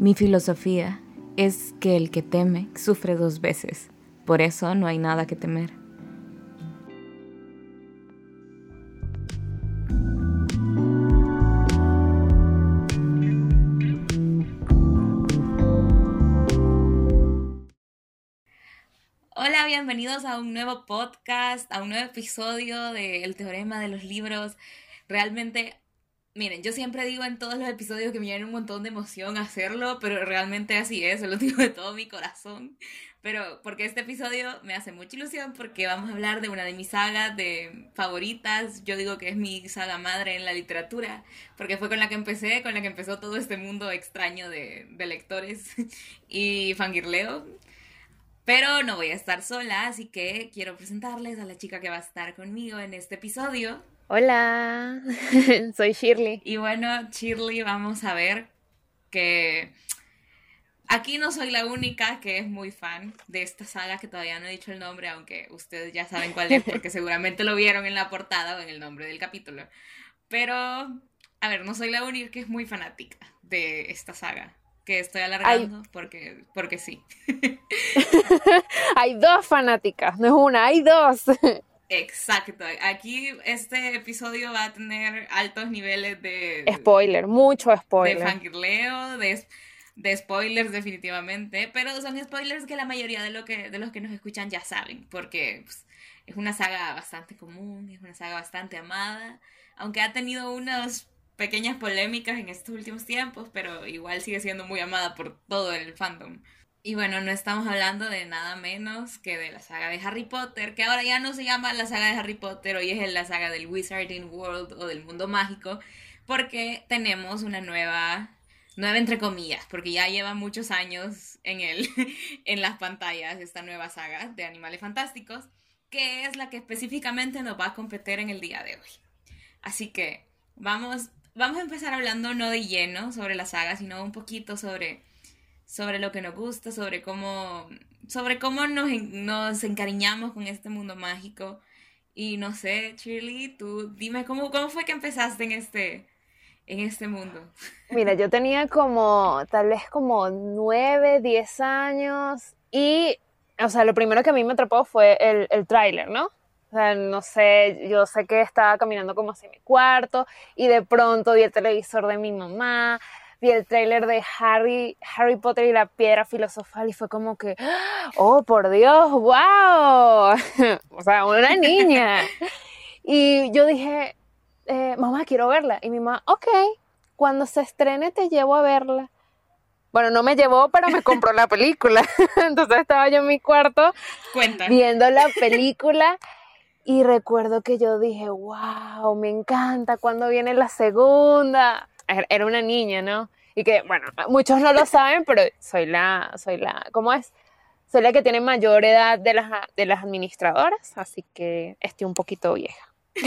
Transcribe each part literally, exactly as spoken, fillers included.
Mi filosofía es que el que teme sufre dos veces. Por eso no hay nada que temer. Hola, bienvenidos a un nuevo podcast, a un nuevo episodio de El Teorema de los Libros. Realmente, miren, yo siempre digo en todos los episodios que me llena un montón de emoción hacerlo, pero realmente así es, se lo digo de todo mi corazón. Pero porque este episodio me hace mucha ilusión porque vamos a hablar de una de mis sagas de favoritas. Yo digo que es mi saga madre en la literatura, porque fue con la que empecé, con la que empezó todo este mundo extraño de, de lectores y fangirleo. Pero no voy a estar sola, así que quiero presentarles a la chica que va a estar conmigo en este episodio. Hola, soy Shirley. Y bueno, Shirley, vamos a ver que aquí no soy la única que es muy fan de esta saga, que todavía no he dicho el nombre, aunque ustedes ya saben cuál es, porque seguramente lo vieron en la portada o en el nombre del capítulo. Pero, a ver, no soy la única que es muy fanática de esta saga, que estoy alargando hay... porque, porque sí. Hay dos fanáticas, no es una, hay dos. Exacto, aquí este episodio va a tener altos niveles de... Spoiler, mucho spoiler. De fangirleo, de, de spoilers definitivamente, pero son spoilers que la mayoría de, lo que, de los que nos escuchan ya saben, porque pues, es una saga bastante común, es una saga bastante amada, aunque ha tenido unas pequeñas polémicas en estos últimos tiempos, pero igual sigue siendo muy amada por todo el fandom. Y bueno, no estamos hablando de nada menos que de la saga de Harry Potter, que ahora ya no se llama la saga de Harry Potter, hoy es la saga del Wizarding World o del mundo mágico, porque tenemos una nueva, nueva entre comillas, porque ya lleva muchos años en, el, en las pantallas esta nueva saga de Animales Fantásticos, que es la que específicamente nos va a competir en el día de hoy. Así que vamos, vamos a empezar hablando no de lleno sobre la saga, sino un poquito sobre... sobre lo que nos gusta, sobre cómo, sobre cómo nos, nos encariñamos con este mundo mágico. Y no sé, Shirley, tú dime, ¿cómo, cómo fue que empezaste en este, en este mundo? Mira, yo tenía como, tal vez como nueve, diez años y, o sea, lo primero que a mí me atrapó fue el, el tráiler, ¿no? O sea, no sé, yo sé que estaba caminando como hacia mi cuarto y de pronto vi el televisor de mi mamá, vi el tráiler de Harry, Harry Potter y la Piedra Filosofal y fue como que, oh, por Dios, wow, o sea, una niña. Y yo dije, eh, mamá, quiero verla. Y mi mamá, ok, cuando se estrene te llevo a verla. Bueno, no me llevó, pero me compró la película. Entonces estaba yo en mi cuarto Cuenta. Viendo la película y recuerdo que yo dije, wow, me encanta cuando viene la segunda. Era una niña, ¿no? Y que, bueno, muchos no lo saben, pero soy la, soy la, ¿cómo es? Soy la que tiene mayor edad de las, de las administradoras, así que estoy un poquito vieja.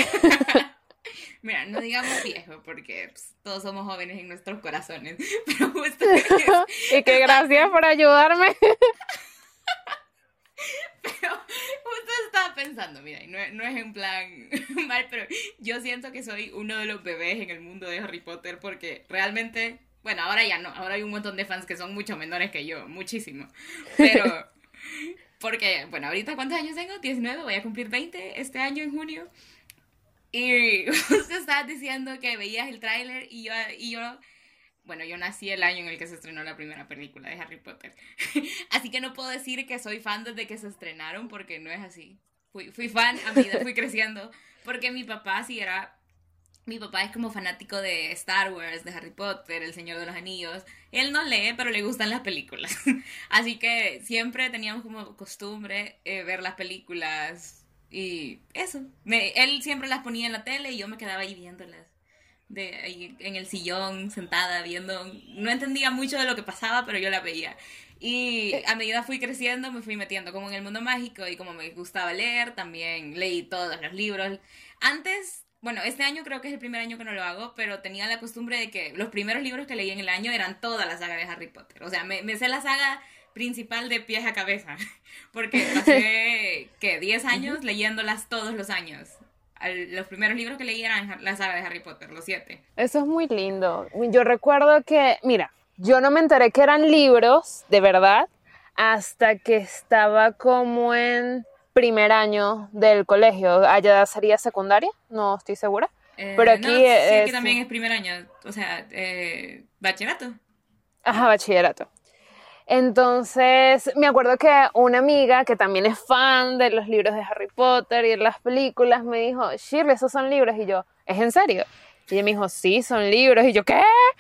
Mira, no digamos viejo, porque pues, todos somos jóvenes en nuestros corazones, pero justo y que gracias por ayudarme. Pero justo estaba pensando, mira, no, no es en plan mal, pero yo siento que soy uno de los bebés en el mundo de Harry Potter porque realmente, bueno, ahora ya no, ahora hay un montón de fans que son mucho menores que yo, muchísimo, pero porque, bueno, ahorita ¿cuántos años tengo? diecinueve, voy a cumplir veinte este año en junio y justo estabas diciendo que veías el tráiler y yo, y yo bueno, yo nací el año en el que se estrenó la primera película de Harry Potter. Así que no puedo decir que soy fan desde que se estrenaron, porque no es así. Fui, fui fan a medida fui creciendo, porque mi papá sí era... Mi papá es como fanático de Star Wars, de Harry Potter, El Señor de los Anillos. Él no lee, pero le gustan las películas. Así que siempre teníamos como costumbre eh, ver las películas y eso. Me, él siempre las ponía en la tele y yo me quedaba ahí viéndolas. De ahí en el sillón sentada viendo, no entendía mucho de lo que pasaba, pero yo la veía y a medida fui creciendo me fui metiendo como en el mundo mágico y como me gustaba leer, también leí todos los libros. Antes, bueno, este año creo que es el primer año que no lo hago, pero tenía la costumbre de que los primeros libros que leí en el año eran toda la saga de Harry Potter, o sea, me, me sé la saga principal de pies a cabeza, porque pasé, ¿qué? diez años leyéndolas todos los años. Los primeros libros que leí eran la saga de Harry Potter, los siete. Eso es muy lindo. Yo recuerdo que, mira, yo no me enteré que eran libros, de verdad, hasta que estaba como en primer año del colegio. Allá sería secundaria, no estoy segura. Pero Eh, no, aquí sí, aquí es, también es primer año, o sea, eh, bachillerato. ajá, bachillerato. Entonces, me acuerdo que una amiga que también es fan de los libros de Harry Potter y de las películas me dijo, Shirley, esos son libros. Y yo, ¿es en serio? Y ella me dijo, sí, son libros. Y yo, ¿qué?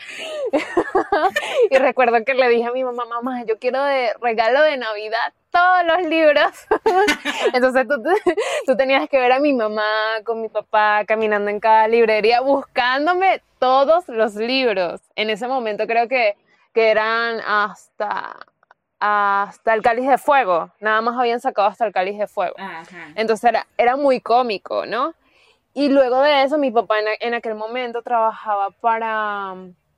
Y recuerdo que le dije a mi mamá, mamá, yo quiero de regalo de Navidad todos los libros. Entonces tú, tú tenías que ver a mi mamá con mi papá caminando en cada librería buscándome todos los libros. En ese momento creo que, que eran hasta, hasta el Cáliz de Fuego. Nada más habían sacado hasta el Cáliz de Fuego. Ajá. Entonces era, era muy cómico, ¿no? Y luego de eso, mi papá en, en aquel momento trabajaba para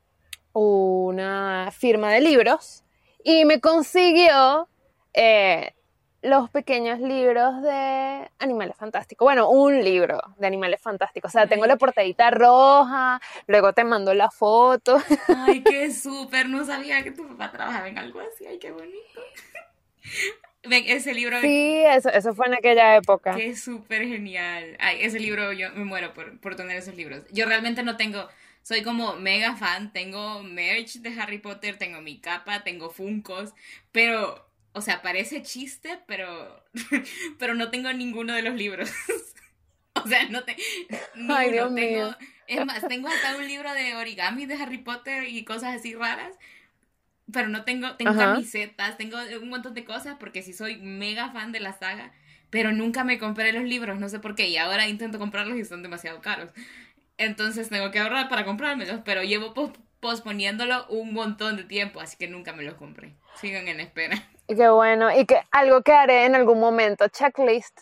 una firma de libros y me consiguió eh, los pequeños libros de Animales Fantásticos. Bueno, un libro de Animales Fantásticos. O sea, tengo Ay, la portadita roja, luego te mando la foto. ay, qué súper, no sabía que tu papá trabajaba en algo así, ay, qué bonito. Ven, ese libro, Sí, eso, eso fue en aquella época. qué súper genial. Ay, ese libro, yo me muero por, por tener esos libros. Yo realmente no tengo, soy como mega fan, tengo merch de Harry Potter, tengo mi capa, tengo Funkos, pero, o sea, parece chiste, pero, pero no tengo ninguno de los libros. O sea, no te, ni Ay, Dios uno, mío. tengo, es más, tengo hasta un libro de origami de Harry Potter y cosas así raras, pero no tengo, tengo Ajá. camisetas, tengo un montón de cosas porque sí soy mega fan de la saga, pero nunca me compré los libros, no sé por qué, y ahora intento comprarlos y son demasiado caros. Entonces tengo que ahorrar para comprármelos, pero llevo pos- posponiéndolo un montón de tiempo, así que nunca me los compré. Sigan en espera. Y qué bueno. Y que algo que haré en algún momento. Checklist.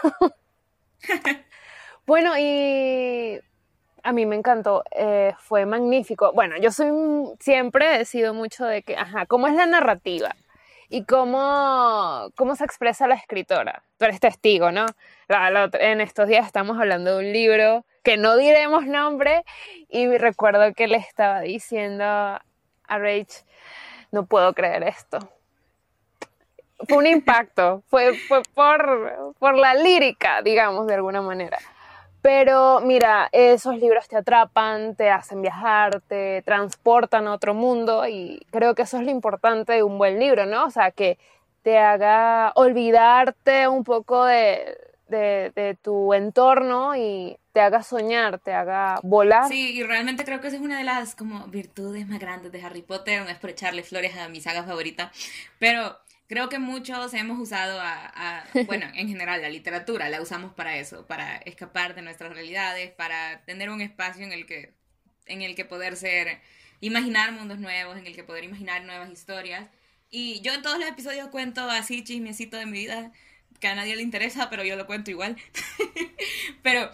Bueno, y a mí me encantó, eh, fue magnífico. Bueno, yo soy un- siempre he sido mucho de que, ajá, ¿cómo es la narrativa? Y cómo, cómo se expresa la escritora. Tú eres testigo, ¿no? La- la otra- en estos días estamos hablando de un libro que no diremos nombre y recuerdo que le estaba diciendo a Rach, no puedo creer esto. Fue un impacto, fue, fue por, por la lírica, digamos, de alguna manera. Pero mira, esos libros te atrapan, te hacen viajar, te transportan a otro mundo y creo que eso es lo importante de un buen libro, ¿no? O sea, que te haga olvidarte un poco de, de, de tu entorno y te haga soñar, te haga volar. Sí, y realmente creo que esa es una de las como virtudes más grandes de Harry Potter, no es por echarle flores a mi saga favorita, pero creo que muchos hemos usado a, a, bueno, en general la literatura la usamos para eso, para escapar de nuestras realidades, para tener un espacio en el que, en el que poder ser, imaginar mundos nuevos, en el que poder imaginar nuevas historias. Y yo en todos los episodios cuento así chismecito de mi vida, que a nadie le interesa, pero yo lo cuento igual. Pero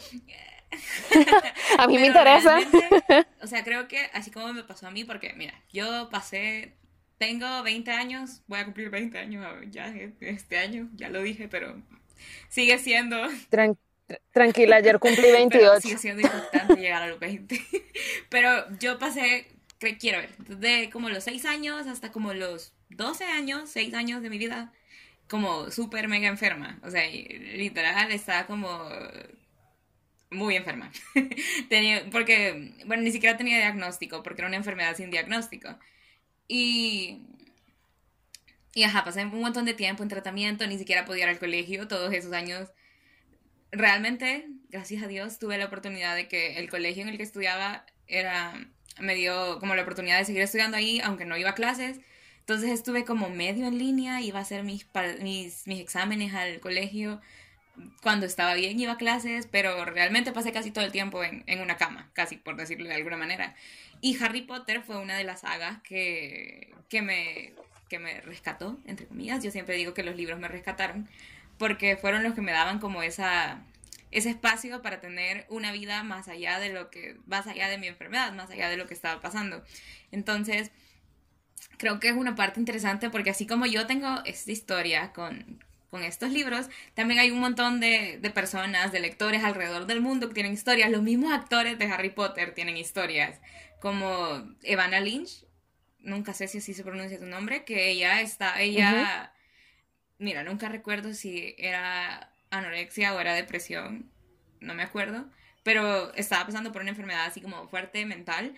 A mí me pero interesa. realmente, o sea, creo que así como me pasó a mí, porque mira, yo pasé, tengo veinte años, voy a cumplir veinte años ya este año, ya lo dije, pero sigue siendo, Tran- tranquila, ayer cumplí pero veintiocho. sigue siendo impactante llegar a los veinte. Pero yo pasé, cre- quiero ver, de como los seis años hasta como los doce años, seis años de mi vida, como súper mega enferma. O sea, literal estaba como muy enferma. Tenía, porque, bueno, ni siquiera tenía diagnóstico, porque era una enfermedad sin diagnóstico. Y, y ajá, pasé un montón de tiempo en tratamiento, ni siquiera podía ir al colegio todos esos años. Realmente, gracias a Dios, tuve la oportunidad de que el colegio en el que estudiaba era, me dio como la oportunidad de seguir estudiando ahí, aunque no iba a clases. Entonces estuve como medio en línea, iba a hacer mis, mis, mis exámenes al colegio cuando estaba bien iba a clases, pero realmente pasé casi todo el tiempo en, en una cama, casi por decirlo de alguna manera. Y Harry Potter fue una de las sagas que, que, me, que me rescató, entre comillas. Yo siempre digo que los libros me rescataron, porque fueron los que me daban como esa, ese espacio para tener una vida más allá de lo que, más allá de mi enfermedad, más allá de lo que estaba pasando. Entonces, creo que es una parte interesante porque así como yo tengo esta historia con, con estos libros, también hay un montón de, de personas, de lectores alrededor del mundo que tienen historias. Los mismos actores de Harry Potter tienen historias, como Evanna Lynch. nunca sé si así se pronuncia tu nombre, que ella está, Ujú. ella, mira, nunca recuerdo si era anorexia o era depresión, no me acuerdo, pero estaba pasando por una enfermedad así como fuerte mental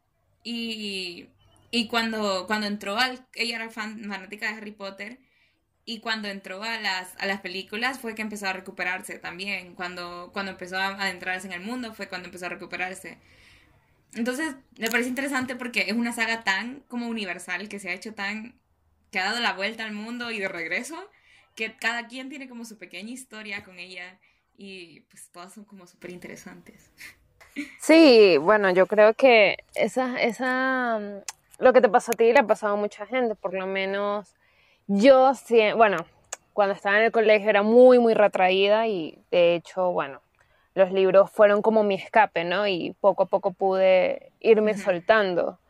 y, y cuando, cuando entró al, ella era fan, fanática de Harry Potter y cuando entró a las, a las películas fue que empezó a recuperarse también, cuando, cuando empezó a adentrarse en el mundo fue cuando empezó a recuperarse. Entonces, me parece interesante porque es una saga tan como universal, que se ha hecho tan, que ha dado la vuelta al mundo y de regreso, que cada quien tiene como su pequeña historia con ella y pues todas son como súper interesantes. Sí, bueno, yo creo que esa, esa, mm, lo que te pasó a ti le ha pasado a mucha gente, por lo menos yo, sí, bueno, cuando estaba en el colegio era muy, muy retraída y de hecho, bueno, los libros fueron como mi escape, ¿no? Y poco a poco pude irme Ujú. soltando.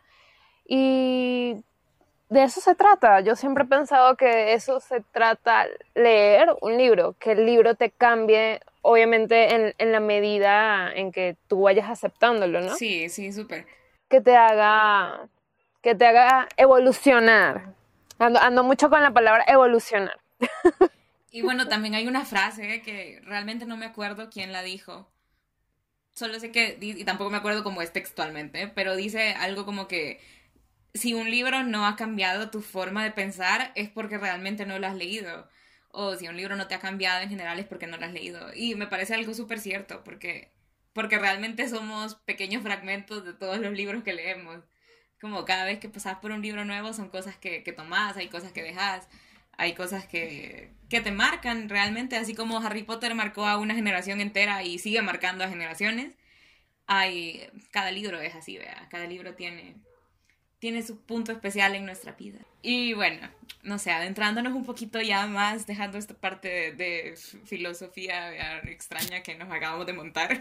Y de eso se trata. Yo siempre he pensado que de eso se trata leer un libro, que el libro te cambie, obviamente en, en la medida en que tú vayas aceptándolo, ¿no? Sí, sí, súper. Que te haga, que te haga evolucionar. Ando, ando mucho con la palabra evolucionar. Y bueno, también hay una frase que realmente no me acuerdo quién la dijo. Solo sé que, y tampoco me acuerdo cómo es textualmente, pero dice algo como que si un libro no ha cambiado tu forma de pensar es porque realmente no lo has leído. O si un libro no te ha cambiado en general es porque no lo has leído. Y me parece algo súper cierto, porque, porque realmente somos pequeños fragmentos de todos los libros que leemos. Como cada vez que pasas por un libro nuevo son cosas que, que tomás, hay cosas que dejas, hay cosas que, que te marcan realmente, así como Harry Potter marcó a una generación entera y sigue marcando a generaciones. Hay, cada libro es así, vea, cada libro tiene tiene su punto especial en nuestra vida. Y bueno, no sé, adentrándonos un poquito ya más, dejando esta parte de, de filosofía extraña que nos acabamos de montar,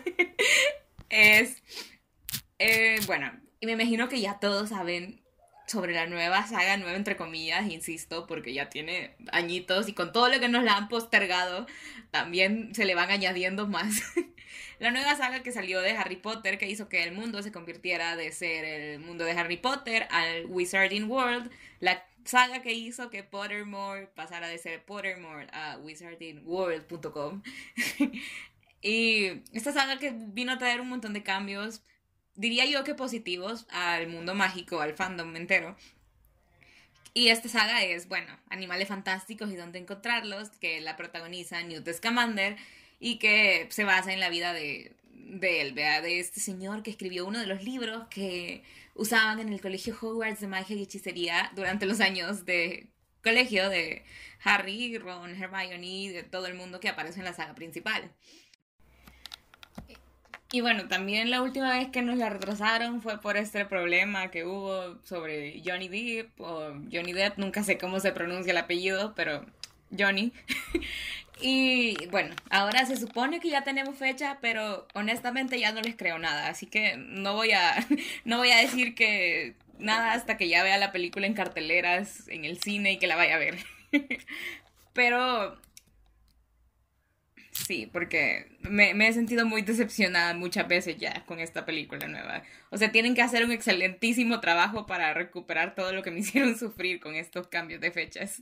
es, eh, bueno, y me imagino que ya todos saben sobre la nueva saga, nueva entre comillas, insisto, porque ya tiene añitos y con todo lo que nos la han postergado, también se le van añadiendo más. La nueva saga que salió de Harry Potter, que hizo que el mundo se convirtiera de ser el mundo de Harry Potter al Wizarding World, la saga que hizo que Pottermore pasara de ser Pottermore a wizarding world punto com. Y esta saga que vino a traer un montón de cambios, diría yo que positivos, al mundo mágico, al fandom entero. Y esta saga es, bueno, Animales Fantásticos y dónde encontrarlos, que la protagoniza Newt Scamander y que se basa en la vida de, de él, ¿vea? De este señor que escribió uno de los libros que usaban en el colegio Hogwarts de magia y hechicería durante los años de colegio de Harry, Ron, Hermione, de todo el mundo que aparece en la saga principal. Y bueno, también la última vez que nos la retrasaron fue por este problema que hubo sobre Johnny Depp, o Johnny Depp, nunca sé cómo se pronuncia el apellido, pero Johnny. Y bueno, ahora se supone que ya tenemos fecha, pero honestamente ya no les creo nada, así que no voy a, no voy a decir que nada hasta que ya vea la película en carteleras, en el cine y que la vaya a ver. Pero sí, porque me, me he sentido muy decepcionada muchas veces ya con esta película nueva. O sea, tienen que hacer un excelentísimo trabajo para recuperar todo lo que me hicieron sufrir con estos cambios de fechas.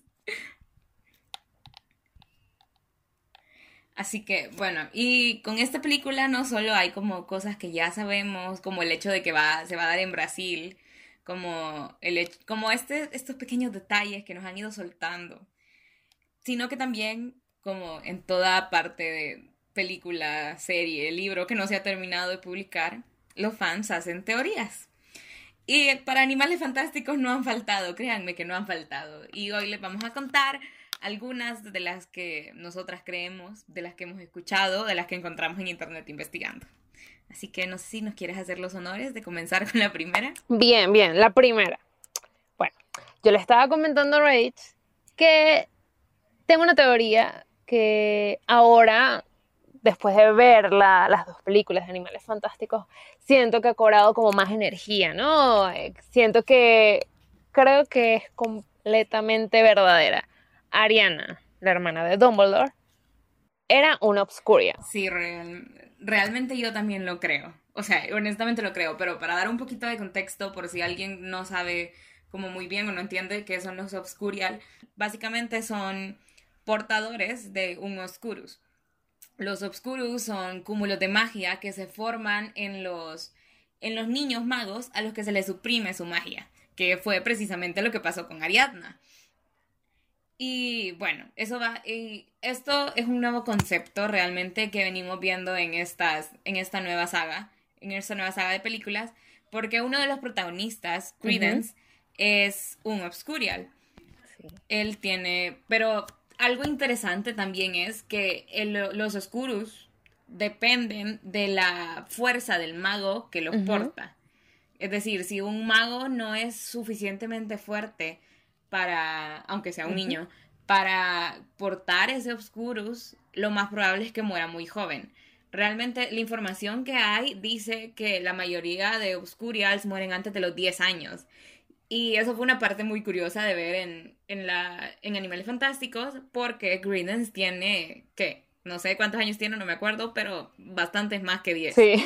Así que, bueno, y con esta película no solo hay como cosas que ya sabemos, como el hecho de que va, se va a dar en Brasil, como, el hecho, como este, estos pequeños detalles que nos han ido soltando, sino que también, como en toda parte de película, serie, libro que no se ha terminado de publicar, los fans hacen teorías. Y para Animales Fantásticos no han faltado, créanme que no han faltado. Y hoy les vamos a contar algunas de las que nosotras creemos, de las que hemos escuchado, de las que encontramos en internet investigando. Así que no sé si nos quieres hacer los honores de comenzar con la primera. Bien, bien, la primera. Bueno, yo le estaba comentando a Rach que tengo una teoría que ahora, después de ver la, las dos películas de Animales Fantásticos, siento que ha cobrado como más energía, ¿no? Eh, Siento que creo que es completamente verdadera. Ariana, la hermana de Dumbledore, era una Obscuria. Sí, real, realmente yo también lo creo. O sea, honestamente lo creo, pero para dar un poquito de contexto, por si alguien no sabe como muy bien o no entiende qué son los Obscurial, básicamente son portadores de un Oscurus. Los Obscurus son cúmulos de magia que se forman en los, en los niños magos a los que se les suprime su magia, que fue precisamente lo que pasó con Ariadna. Y bueno, eso va, y esto es un nuevo concepto realmente que venimos viendo en, estas, en esta nueva saga, en esta nueva saga de películas, porque uno de los protagonistas, Credence, uh-huh. es un Obscurial. Sí. Él tiene, pero algo interesante también es que el, los Oscurus dependen de la fuerza del mago que los uh-huh. porta. Es decir, si un mago no es suficientemente fuerte para, aunque sea un uh-huh. niño, para portar ese Obscurus, lo más probable es que muera muy joven. Realmente la información que hay dice que la mayoría de Obscurials mueren antes de los diez años. Y eso fue una parte muy curiosa de ver en, en, la, en Animales Fantásticos, porque Credence tiene, ¿qué? No sé cuántos años tiene, no me acuerdo, pero bastantes más que diez. Sí.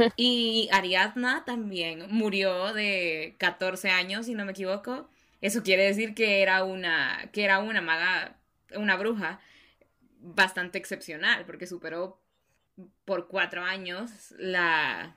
Y Ariadna también murió de catorce años, si no me equivoco. Eso quiere decir que era una, que era una maga, una bruja bastante excepcional, porque superó por cuatro años la,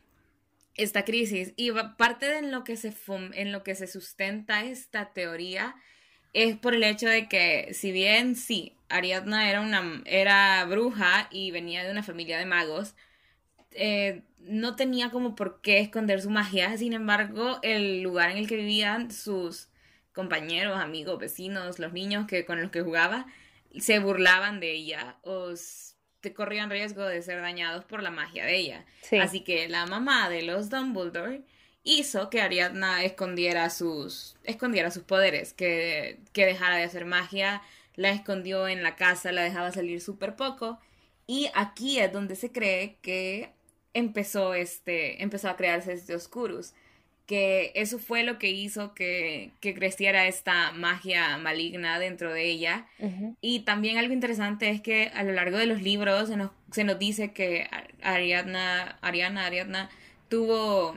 esta crisis. Y parte de en lo, que se fom, en lo que se sustenta esta teoría es por el hecho de que, si bien sí, Ariadna era, una, era bruja y venía de una familia de magos, eh, no tenía como por qué esconder su magia. Sin embargo, el lugar en el que vivían sus compañeros, amigos, vecinos, los niños que, con los que jugaba, se burlaban de ella o te corrían riesgo de ser dañados por la magia de ella. Sí. Así que la mamá de los Dumbledore hizo que Ariadna escondiera sus, escondiera sus poderes, que, que dejara de hacer magia, la escondió en la casa, la dejaba salir súper poco, y aquí es donde se cree que empezó, este, empezó a crearse este Oscurus, que eso fue lo que hizo que, que creciera esta magia maligna dentro de ella. Uh-huh. Y también algo interesante es que a lo largo de los libros se nos, se nos dice que Ariadna, Ariana, Ariadna tuvo,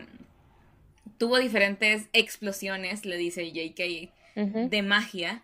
tuvo diferentes explosiones, le dice J K, uh-huh. de magia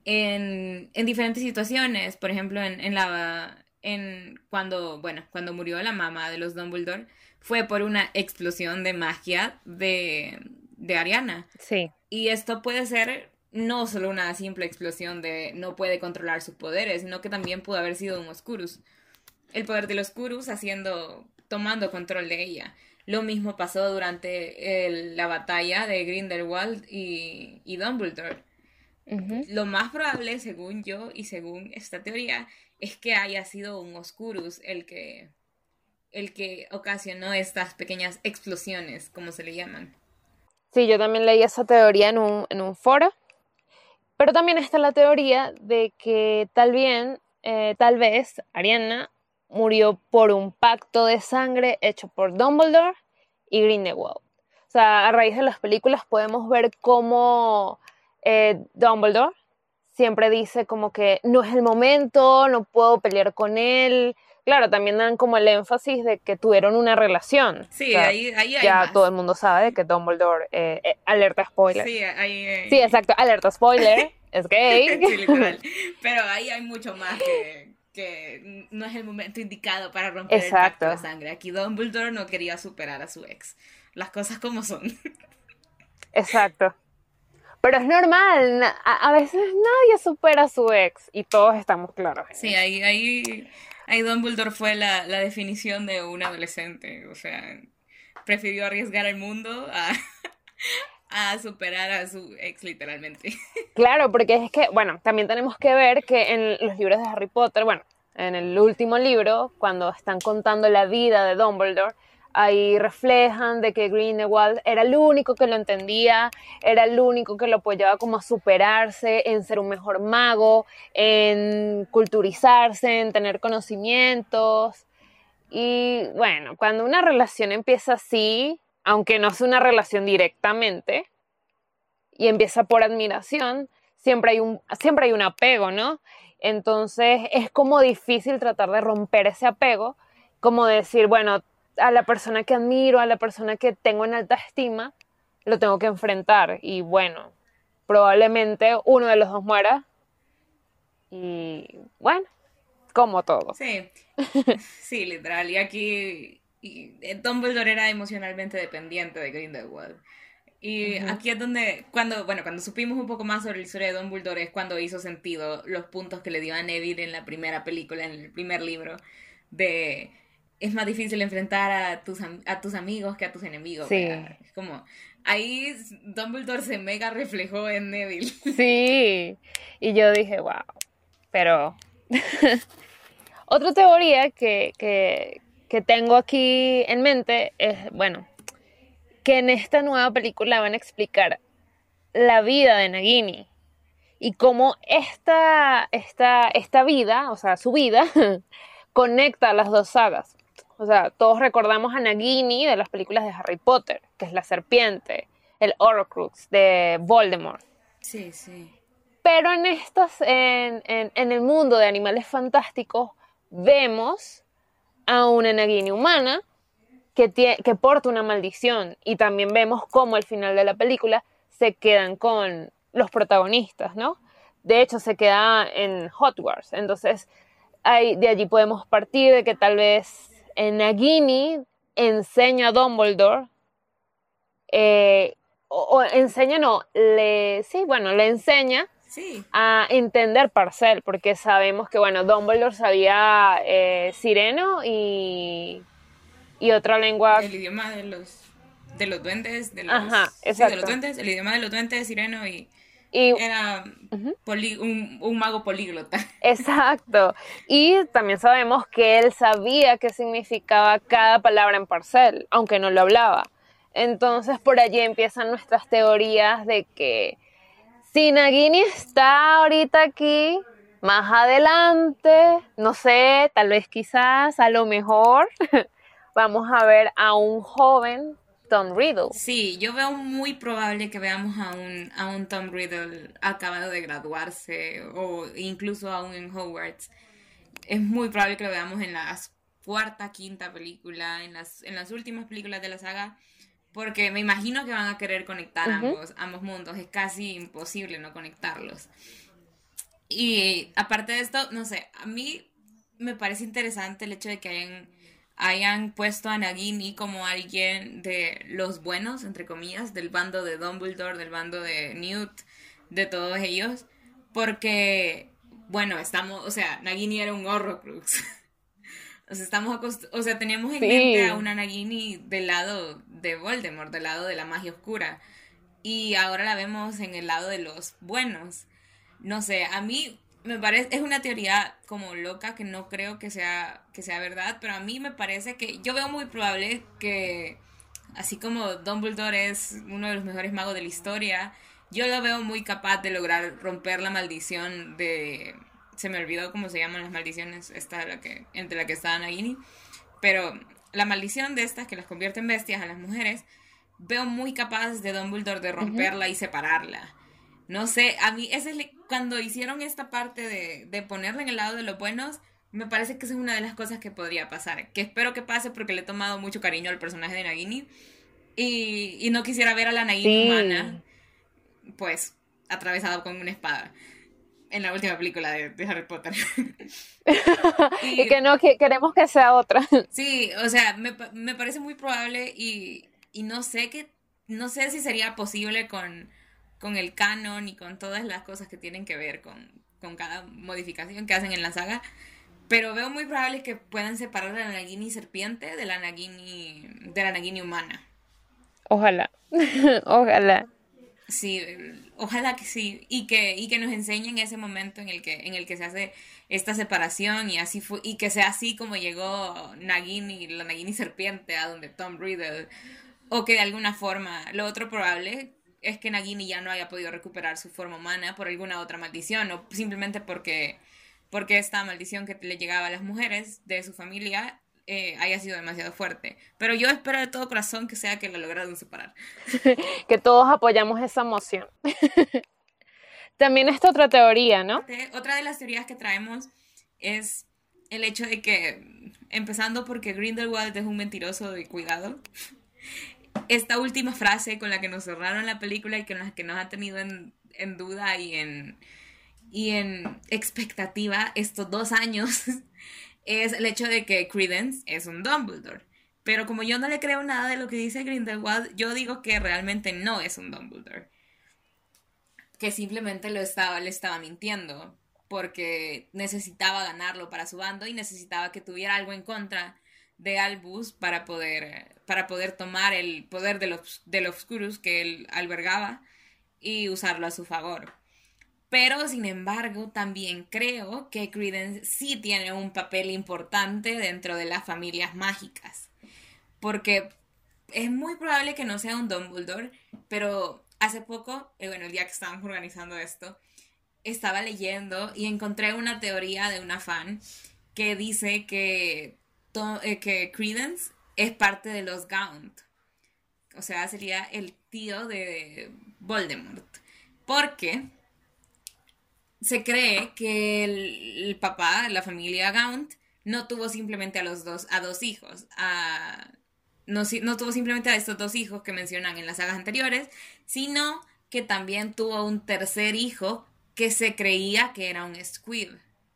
en, en diferentes situaciones. Por ejemplo, en, en la... En cuando, bueno, cuando murió la mamá de los Dumbledore, fue por una explosión de magia de, de Ariana. Sí. Y esto puede ser no solo una simple explosión de no puede controlar sus poderes, sino que también pudo haber sido un Oscurus. El poder del Oscurus haciendo, tomando control de ella. Lo mismo pasó durante el, la batalla de Grindelwald y, y Dumbledore. Uh-huh. Lo más probable, según yo y según esta teoría, es que haya sido un Oscurus el que, el que ocasionó estas pequeñas explosiones, como se le llaman. Sí, yo también leí esa teoría en un, en un foro, pero también está la teoría de que tal, bien, eh, tal vez Ariana murió por un pacto de sangre hecho por Dumbledore y Grindelwald. O sea, a raíz de las películas podemos ver cómo eh, Dumbledore siempre dice como que no es el momento, no puedo pelear con él. Claro, también dan como el énfasis de que tuvieron una relación. Sí, o sea, ahí, ahí hay ya más. todo el mundo sabe de que Dumbledore, eh, eh, alerta spoiler. Sí, ahí, eh, sí, exacto, alerta spoiler, es gay. Sí, literal. Pero ahí hay mucho más que, que no es el momento indicado para romper exacto. el pacto de sangre. Aquí Dumbledore no quería superar a su ex. Las cosas como son. Exacto. Pero es normal, a, a veces nadie supera a su ex y todos estamos claros. ¿eh? Sí, ahí, ahí, ahí Dumbledore fue la, la definición de un adolescente, o sea, prefirió arriesgar el mundo a, a superar a su ex literalmente. Claro, porque es que, bueno, también tenemos que ver que en los libros de Harry Potter, bueno, en el último libro, cuando están contando la vida de Dumbledore, ahí reflejan de que Grindelwald era el único que lo entendía, era el único que lo apoyaba como a superarse, en ser un mejor mago, en culturizarse, en tener conocimientos. Y bueno, cuando una relación empieza así, aunque no sea una relación directamente, y empieza por admiración, siempre hay un, siempre hay un apego, ¿no? Entonces es como difícil tratar de romper ese apego, como decir, bueno, a la persona que admiro, a la persona que tengo en alta estima, lo tengo que enfrentar. Y bueno, probablemente uno de los dos muera. Y bueno, como todo. Sí, sí, literal. Y aquí y, eh, Dumbledore era emocionalmente dependiente de Grindelwald. Y Ujú. aquí es donde, cuando, bueno, cuando supimos un poco más sobre la historia de Dumbledore es cuando hizo sentido los puntos que le dio a Neville en la primera película, en el primer libro, de es más difícil enfrentar a tus, am- a tus amigos que a tus enemigos, Sí, vea. Es como, ahí Dumbledore se mega reflejó en Neville. sí. Y yo dije, wow. Pero otra teoría que, que, que tengo aquí en mente es, bueno, que en esta nueva película van a explicar la vida de Nagini y cómo esta, esta, esta vida, o sea, su vida, conecta las dos sagas. O sea, todos recordamos a Nagini de las películas de Harry Potter, que es la serpiente, el Horcrux de Voldemort. Sí, sí. Pero en, estas, en, en, en el mundo de Animales Fantásticos vemos a una Nagini humana que, tie, que porta una maldición. Y también vemos cómo al final de la película se quedan con los protagonistas, ¿no? De hecho, se queda en Hogwarts. Entonces, ahí, de allí podemos partir de que tal vez Nagini enseña a Dumbledore, eh, o, o, enseña, no, le, sí, bueno, le enseña Sí. a entender Parcel, porque sabemos que, bueno, Dumbledore sabía eh, sireno y, y otra lengua. El idioma de los de los duendes, de los Ajá, sí, de los exacto. duendes, el idioma de los duendes sireno y Y, era uh-huh, poli, un, un mago políglota. exacto. Y también sabemos que él sabía qué significaba cada palabra en Parcel, aunque no lo hablaba. Entonces por allí empiezan nuestras teorías de que si Nagini está ahorita aquí, más adelante, no sé, tal vez quizás, a lo mejor, vamos a ver a un joven Tom Riddle. Sí, yo veo muy probable que veamos a un, a un Tom Riddle acabado de graduarse o incluso aún en Hogwarts. Es muy probable que lo veamos en la cuarta, quinta película, en las, en las últimas películas de la saga, porque me imagino que van a querer conectar Uh-huh. ambos, ambos mundos. Es casi imposible no conectarlos. Y aparte de esto, no sé, a mí me parece interesante el hecho de que hayan, hayan puesto a Nagini como alguien de los buenos, entre comillas, del bando de Dumbledore, del bando de Newt, de todos ellos, porque, bueno, estamos, o sea, Nagini era un Horrocrux. O sea, estamos acost- o sea, tenemos en mente a Sí. una Nagini del lado de Voldemort, del lado de la magia oscura, y ahora la vemos en el lado de los buenos. No sé, a mí me parece, es una teoría como loca que no creo que sea, que sea verdad, pero a mí me parece que yo veo muy probable que, así como Dumbledore es uno de los mejores magos de la historia, yo lo veo muy capaz de lograr romper la maldición de... Se me olvidó cómo se llaman las maldiciones, esta la que, entre la que está Nagini, pero la maldición de estas que las convierte en bestias a las mujeres, veo muy capaz de Dumbledore de Uh-huh. romperla y separarla. No sé, a mí ese es cuando hicieron esta parte de, de ponerla en el lado de los buenos, me parece que esa es una de las cosas que podría pasar. Que espero que pase porque le he tomado mucho cariño al personaje de Nagini. Y, y no quisiera ver a la Nagini humana, Sí. pues, atravesada con una espada. En la última película de, de Harry Potter. Y que Y no, que queremos que sea otra. sí, o sea, me, me parece muy probable y, y no sé que, no sé si sería posible con, con el canon y con todas las cosas que tienen que ver con, con cada modificación que hacen en la saga, pero veo muy probable que puedan separar a la Nagini serpiente de la Nagini, de la Nagini humana. Ojalá. Ojalá. Sí, ojalá que sí, y que, y que nos enseñen ese momento en el que, en el que se hace esta separación y así fue, y que sea así como llegó Nagini, la Nagini serpiente a donde Tom Riddle, o que de alguna forma, lo otro probable es que Nagini ya no haya podido recuperar su forma humana por alguna otra maldición, o simplemente porque, porque esta maldición que le llegaba a las mujeres de su familia eh, haya sido demasiado fuerte. Pero yo espero de todo corazón que sea que la lograron separar. Que todos apoyamos esa moción. También está otra teoría, ¿no? Otra de las teorías que traemos es el hecho de que, empezando porque Grindelwald es un mentiroso de cuidado, esta última frase con la que nos cerraron la película y con la que nos ha tenido en, en duda y en, y en expectativa estos dos años es el hecho de que Credence es un Dumbledore. Pero como yo no le creo nada de lo que dice Grindelwald, yo digo que realmente no es un Dumbledore. Que simplemente lo estaba, le estaba mintiendo. Porque necesitaba ganarlo para su bando y necesitaba que tuviera algo en contra de Albus para poder, para poder tomar el poder de los, del Obscurus que él albergaba y usarlo a su favor. Pero, sin embargo, también creo que Credence sí tiene un papel importante dentro de las familias mágicas. Porque es muy probable que no sea un Dumbledore, pero hace poco, eh, bueno, el día que estábamos organizando esto, estaba leyendo y encontré una teoría de una fan que dice que, to- eh, que Credence es parte de los Gaunt. O sea, sería el tío de Voldemort. Porque se cree que el, el papá, la familia Gaunt, no tuvo simplemente a los dos, a dos hijos. A, no, si- no tuvo simplemente a estos dos hijos que mencionan en las sagas anteriores, sino que también tuvo un tercer hijo que se creía que era un Squib.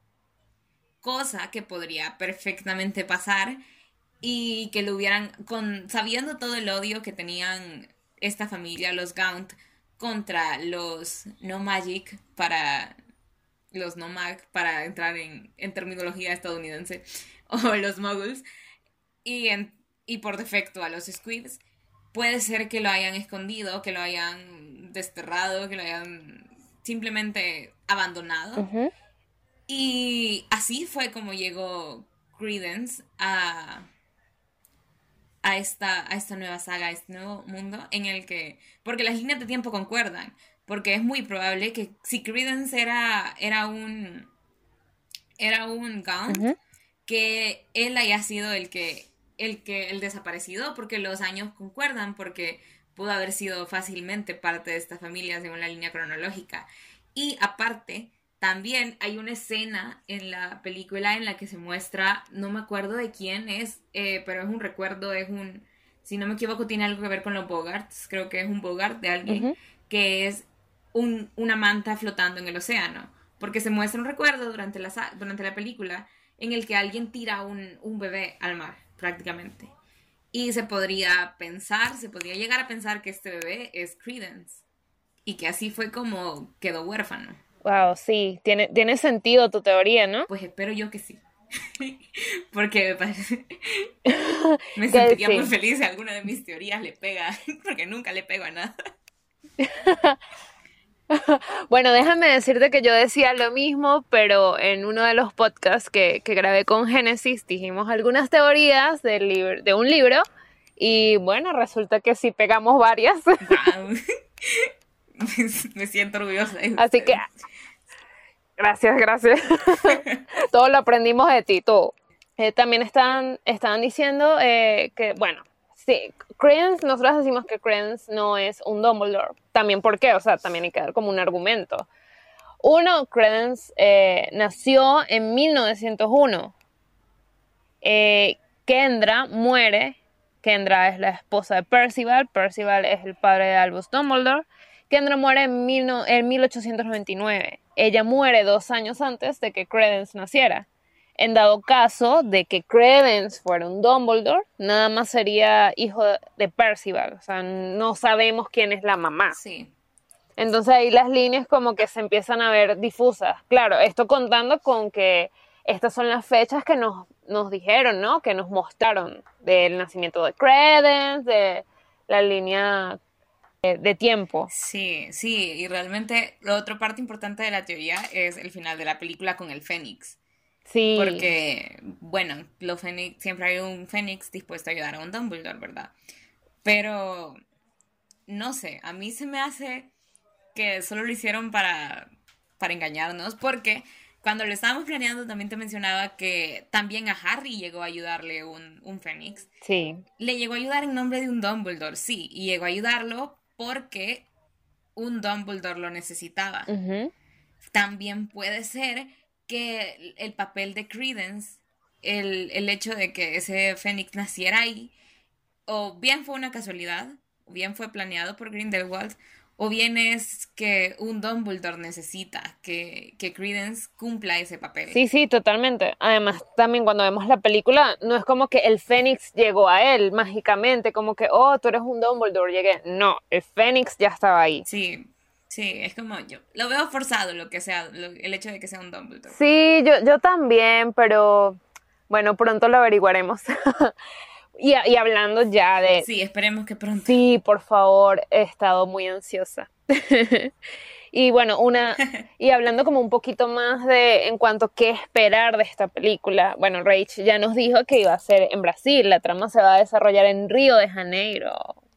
Cosa que podría perfectamente pasar y que lo hubieran, con, sabiendo todo el odio que tenían esta familia, los Gaunt, contra los No Magic para los No Mag, para entrar en, en terminología estadounidense, o los Muggles, y, en, y por defecto a los Squibs, puede ser que lo hayan escondido, que lo hayan desterrado, que lo hayan simplemente abandonado. Ujú. Y así fue como llegó Credence a, a, esta, a esta nueva saga, a este nuevo mundo en el que... Porque las líneas de tiempo concuerdan. Porque es muy probable que si Credence era, era un... Era un Gaunt, Ujú. que él haya sido el que... El que... El desaparecido, porque los años concuerdan, porque pudo haber sido fácilmente parte de esta familia según la línea cronológica. Y aparte, también hay una escena en la película en la que se muestra, no me acuerdo de quién es, eh, pero es un recuerdo, es un, si no me equivoco, tiene algo que ver con los Bogarts, creo que es un Bogart de alguien, Ujú. que es un, una manta flotando en el océano, porque se muestra un recuerdo durante la, durante la película en el que alguien tira un, un bebé al mar, prácticamente. Y se podría pensar, se podría llegar a pensar que este bebé es Credence. Y que así fue como quedó huérfano. Wow, sí, tiene, tiene sentido tu teoría, ¿no? Pues espero yo que sí. Porque me parece... Me Que sentiría muy sí. feliz si alguna de mis teorías le pega. Porque nunca le pego a nada. Bueno, déjame decirte que yo decía lo mismo, pero en uno de los podcasts que, que grabé con Génesis dijimos algunas teorías del libro, de un libro y bueno, resulta que sí pegamos varias. Wow. Me siento orgullosa de Así que ustedes. gracias, gracias. Todo lo aprendimos de ti, todo. Eh, también están, estaban diciendo eh, que, bueno, sí, Credence, nosotros decimos que Credence no es un Dumbledore. También, ¿por qué? O sea, también hay que dar como un argumento. Uno, Credence eh, nació en mil novecientos uno. Eh, Kendra muere. Kendra es la esposa de Percival. Percival es el padre de Albus Dumbledore. Kendra muere en, mil no, en mil ochocientos noventa y nueve. Ella muere dos años antes de que Credence naciera. En dado caso de que Credence fuera un Dumbledore, nada más sería hijo de Percival. O sea, no sabemos quién es la mamá. Sí. Entonces ahí las líneas como que se empiezan a ver difusas. Claro, esto contando con que estas son las fechas que nos, nos dijeron, ¿no? Que nos mostraron del nacimiento de Credence, de la línea de, de tiempo. Sí, sí. Y realmente la otra parte importante de la teoría es el final de la película con el Fénix. Sí. Porque, bueno, los Fénix, siempre hay un Fénix dispuesto a ayudar a un Dumbledore, ¿verdad? Pero, no sé, a mí se me hace que solo lo hicieron para, para engañarnos, porque cuando lo estábamos planeando también te mencionaba que también a Harry llegó a ayudarle un, un Fénix. Sí. Le llegó a ayudar en nombre de un Dumbledore, sí, y llegó a ayudarlo porque un Dumbledore lo necesitaba. Uh-huh. También puede ser que el papel de Credence, el, el hecho de que ese Fénix naciera ahí, o bien fue una casualidad, o bien fue planeado por Grindelwald, o bien es que un Dumbledore necesita que, que Credence cumpla ese papel. Sí, sí, totalmente. Además, también cuando vemos la película, no es como que el Fénix llegó a él mágicamente, como que, oh, tú eres un Dumbledore, llegué. No, el Fénix ya estaba ahí. Sí, sí, es como yo. Lo veo forzado lo que sea, lo- el hecho de que sea un Dumbledore. Sí, yo, yo también, pero bueno, pronto lo averiguaremos. y, y hablando ya de... Sí, esperemos que pronto. Sí, por favor, he estado muy ansiosa. Y bueno, una, y hablando como un poquito más de en cuanto a qué esperar de esta película, bueno, Rach ya nos dijo que iba a ser en Brasil, la trama se va a desarrollar en Río de Janeiro,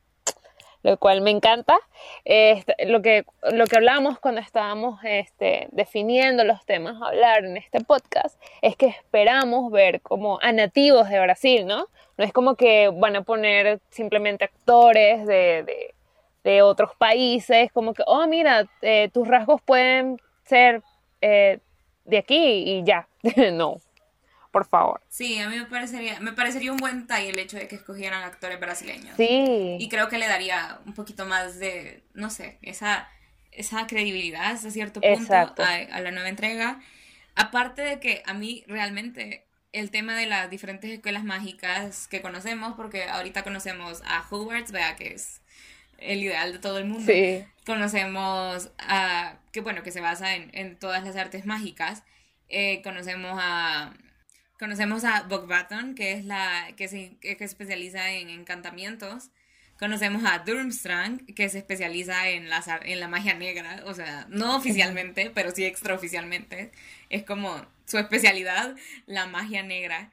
lo cual me encanta. Este, lo que, lo que hablábamos cuando estábamos este, definiendo los temas a hablar en este podcast es que esperamos ver como a nativos de Brasil, ¿no? No es como que van a poner simplemente actores de, de de otros países, como que, oh, mira, eh, tus rasgos pueden ser eh, de aquí y ya. No, por favor. Sí, a mí me parecería, me parecería un buen detalle el hecho de que escogieran actores brasileños. Sí. Y creo que le daría un poquito más de, no sé, esa, esa credibilidad hasta cierto punto Exacto. a, a la nueva entrega. Aparte de que a mí realmente el tema de las diferentes escuelas mágicas que conocemos, porque ahorita conocemos a Hogwarts, vea que es el ideal de todo el mundo. Sí. Conocemos a, que bueno, que se basa en, en todas las artes mágicas. Eh, conocemos a, conocemos a Bokbaton, que es la, que se, que se especializa en encantamientos. Conocemos a Durmstrang, que se especializa en la, en la magia negra, o sea, no oficialmente, uh-huh. pero sí extraoficialmente. Es como su especialidad, la magia negra.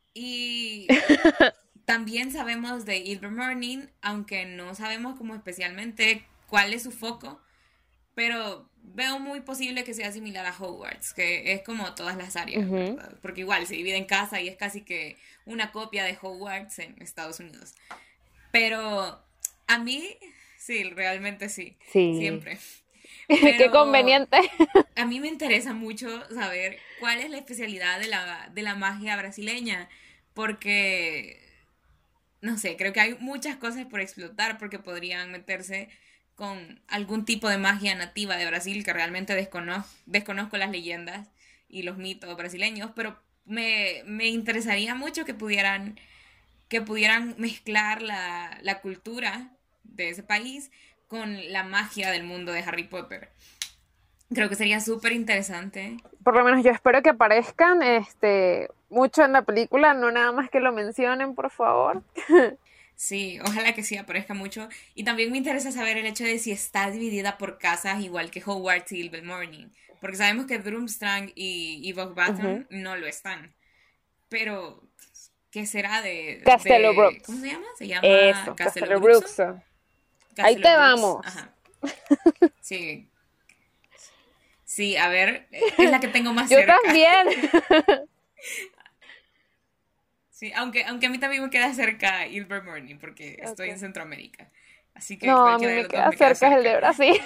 Y también sabemos de Ilvermorny, aunque no sabemos como especialmente cuál es su foco, pero veo muy posible que sea similar a Hogwarts, que es como todas las áreas, uh-huh. ¿verdad? Porque igual se divide en casa y es casi que una copia de Hogwarts en Estados Unidos. Pero a mí, sí, realmente sí, sí. siempre. Pero qué conveniente. A mí me interesa mucho saber cuál es la especialidad de la, de la magia brasileña, porque no sé, creo que hay muchas cosas por explotar porque podrían meterse con algún tipo de magia nativa de Brasil que realmente desconozco, desconozco las leyendas y los mitos brasileños, pero me, me interesaría mucho que pudieran, que pudieran mezclar la, la cultura de ese país con la magia del mundo de Harry Potter. Creo que sería súper interesante. Por lo menos yo espero que aparezcan este, mucho en la película, no nada más que lo mencionen, por favor. Sí, ojalá que sí aparezca mucho. Y también me interesa saber el hecho de si está dividida por casas igual que Hogwarts y Ilvermorny. Porque sabemos que Durmstrang y, y Bokbaton uh-huh. no lo están. Pero, ¿qué será de... Castello de, Brooks. ¿Cómo se llama? Se llama Eso, Castello Brooks. Ahí te vamos. Ajá. Sí. Sí, a ver, es la que tengo más Yo cerca. Yo también. Sí, aunque, aunque a mí también me queda cerca Ilvermorny porque okay. estoy en Centroamérica. Así que no, a mí me queda, me queda cerca, cerca el de Brasil.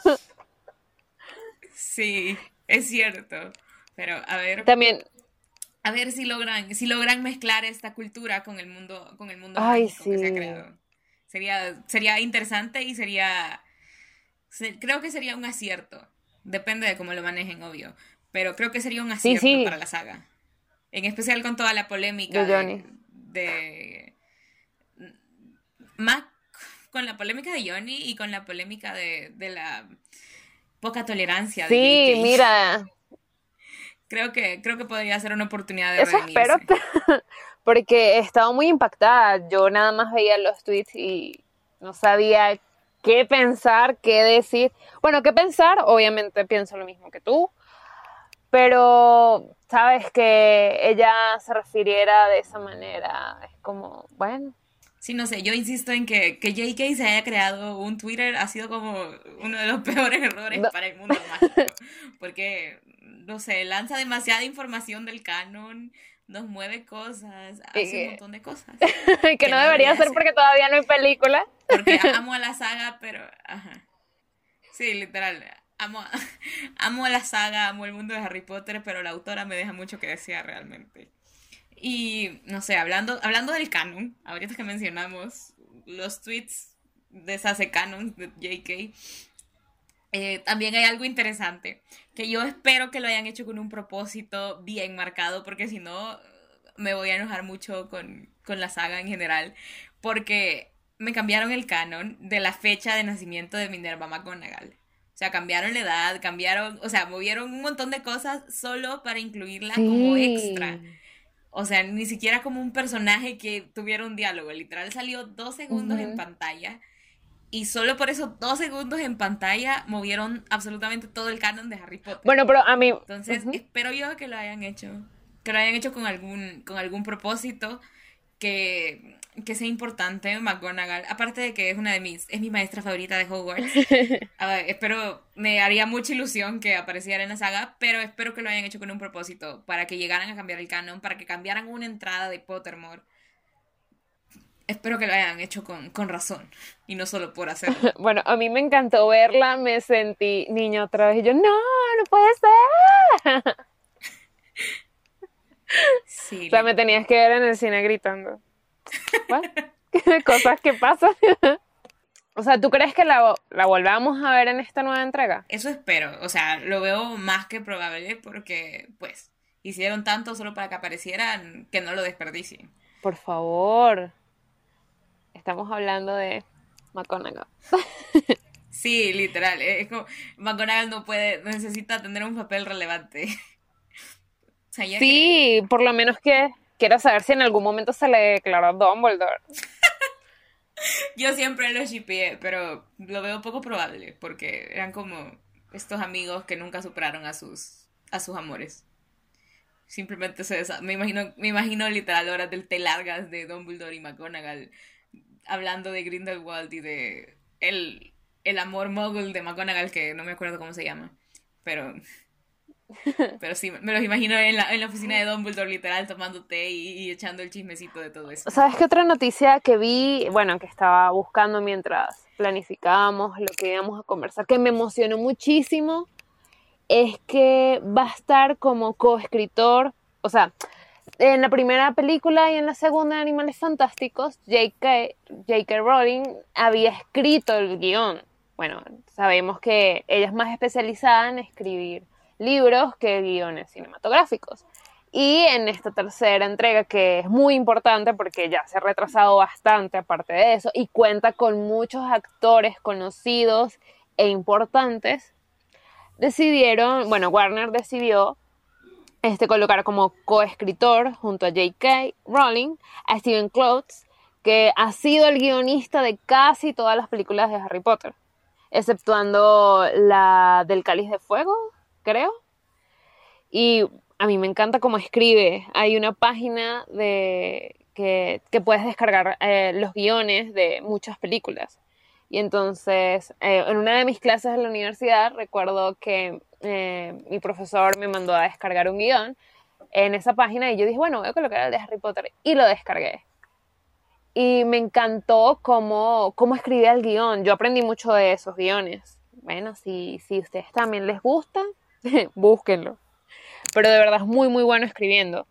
Sí, es cierto. Pero a ver. También. A ver si logran, si logran mezclar esta cultura con el mundo, con el mundo Ay, mágico sí. que se ha creado. Sería, sería interesante y sería. Se, creo que sería un acierto. Depende de cómo lo manejen, obvio. Pero creo que sería un acierto sí, sí. para la saga. En especial con toda la polémica de Johnny. De, de, más con la polémica de Johnny y con la polémica de, de la poca tolerancia sí, de J K. mira. Creo que, creo que podría ser una oportunidad de Eso redimirse. espero, porque he estado muy impactada. Yo nada más veía los tweets y no sabía qué pensar, qué decir. Bueno, qué pensar, obviamente pienso lo mismo que tú, pero sabes que ella se refiriera de esa manera, es como, bueno. Sí, no sé, yo insisto en que, que J K se haya creado un Twitter ha sido como uno de los peores errores no. para el mundo mágico, porque, no sé, lanza demasiada información del canon, nos mueve cosas, hace que, un montón de cosas. que, que no debería hacer porque todavía no hay película. Porque amo a la saga, pero, ajá. Sí, literal, amo, amo a la saga, amo el mundo de Harry Potter, pero la autora me deja mucho que desear realmente. Y, no sé, hablando, hablando del canon, ahorita que mencionamos los tweets de Sase Canon de J K, eh, también hay algo interesante, que yo espero que lo hayan hecho con un propósito bien marcado, porque si no, me voy a enojar mucho con, con la saga en general, porque me cambiaron el canon de la fecha de nacimiento de Minerva McGonagall. O sea, cambiaron la edad, cambiaron, o sea, movieron un montón de cosas solo para incluirla como extra. Sí. O sea, ni siquiera como un personaje que tuviera un diálogo. Literal salió dos segundos en Ujú. pantalla. Y solo por esos dos segundos en pantalla movieron absolutamente todo el canon de Harry Potter. Bueno, pero a mí, Entonces, ujú. espero yo que lo hayan hecho. Que lo hayan hecho con algún, con algún propósito. Que, que sea importante McGonagall. Aparte de que es una de mis, es mi maestra favorita de Hogwarts. A ver, espero, me haría mucha ilusión que apareciera en la saga, pero espero que lo hayan hecho con un propósito, para que llegaran a cambiar el canon, para que cambiaran una entrada de Pottermore. Espero que lo hayan hecho con, con razón, y no solo por hacerlo. Bueno, a mí me encantó verla, me sentí niña otra vez y yo, no, no puede ser. Sí, O sea, me tenías que ver en el cine gritando. ¿What? Cosas que pasan. O sea, ¿tú crees que la, la volvamos a ver en esta nueva entrega? eso espero. O sea, lo veo más que probable porque, pues, hicieron tanto solo para que aparecieran que no lo desperdicien. Por favor. Estamos hablando de McGonagall. Sí, literal. Es como, McGonagall no puede, necesita tener un papel relevante. O sea, ya que Sí, por lo menos que quiero saber si en algún momento se le declaró a Dumbledore. yo siempre lo shipeé, pero lo veo poco probable porque eran como estos amigos que nunca superaron a sus a sus amores. Simplemente se desa- me imagino me imagino literal horas del té largas de Dumbledore y McGonagall hablando de Grindelwald y de el el amor mogul de McGonagall que no me acuerdo cómo se llama, pero pero sí me los imagino en la, en la oficina de Dumbledore literal tomando té y, y echando el chismecito de todo eso. ¿Sabes qué otra noticia que vi? Bueno, que estaba buscando mientras planificábamos lo que íbamos a conversar, que me emocionó muchísimo, es que va a estar como coescritor, o sea, en la primera película y en la segunda de Animales Fantásticos, J K. J K. Rowling había escrito el guión. Bueno, sabemos que ella es más especializada en escribir libros que guiones cinematográficos. Y en esta tercera entrega, que es muy importante porque ya se ha retrasado bastante aparte de eso, y cuenta con muchos actores conocidos e importantes, decidieron, bueno, Warner decidió este, colocar como coescritor junto a J K. Rowling a Steven Kloves, que ha sido el guionista de casi todas las películas de Harry Potter, exceptuando la del Cáliz de Fuego, creo. Y a mí me encanta cómo escribe. Hay una página de que, que puedes descargar eh, los guiones de muchas películas. Y entonces, eh, en una de mis clases en la universidad, recuerdo que eh, mi profesor me mandó a descargar un guión en esa página y yo dije, bueno, voy a colocar el de Harry Potter y lo descargué. Y me encantó cómo, cómo escribía el guión. Yo aprendí mucho de esos guiones. Bueno, si, si a ustedes también les gusta, búsquenlo. Pero de verdad es muy, muy bueno escribiendo.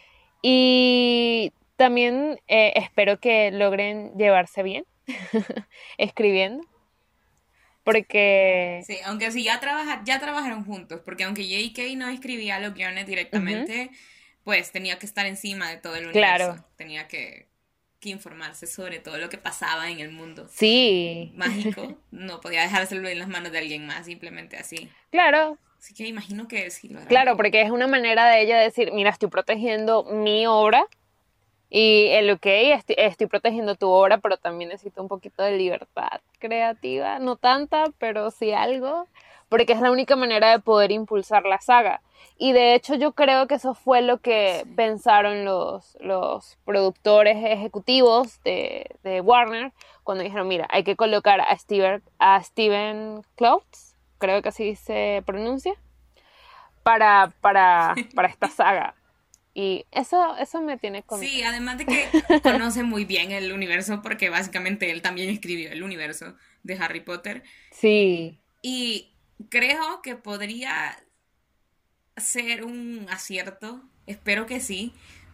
Y también eh, espero que logren llevarse bien escribiendo. Porque... Sí, aunque sí, ya, trabaja, ya trabajaron juntos, porque aunque J K no escribía los guiones directamente, uh-huh. pues tenía que estar encima de todo el universo. Claro. Tenía que, que informarse sobre todo lo que pasaba en el mundo sí. mágico. No podía dejárselo en las manos de alguien más, simplemente así. Claro. Así que imagino que sí lo hará. Claro, porque es una manera de ella decir, mira, estoy protegiendo mi obra. Y el ok, estoy, estoy protegiendo tu obra, pero también necesito un poquito de libertad creativa, no tanta, pero sí algo, porque es la única manera de poder impulsar la saga. Y de hecho yo creo que eso fue lo que sí. pensaron los, los productores ejecutivos de, de Warner cuando dijeron, mira, hay que colocar a Steven, a Steven Kloves, creo que así se pronuncia, para, para, para esta saga. Y eso, eso me tiene contenta. Sí, además de que conoce muy bien el universo, porque básicamente él también escribió el universo de Harry Potter. Sí. Y creo que podría ser un acierto, espero que sí,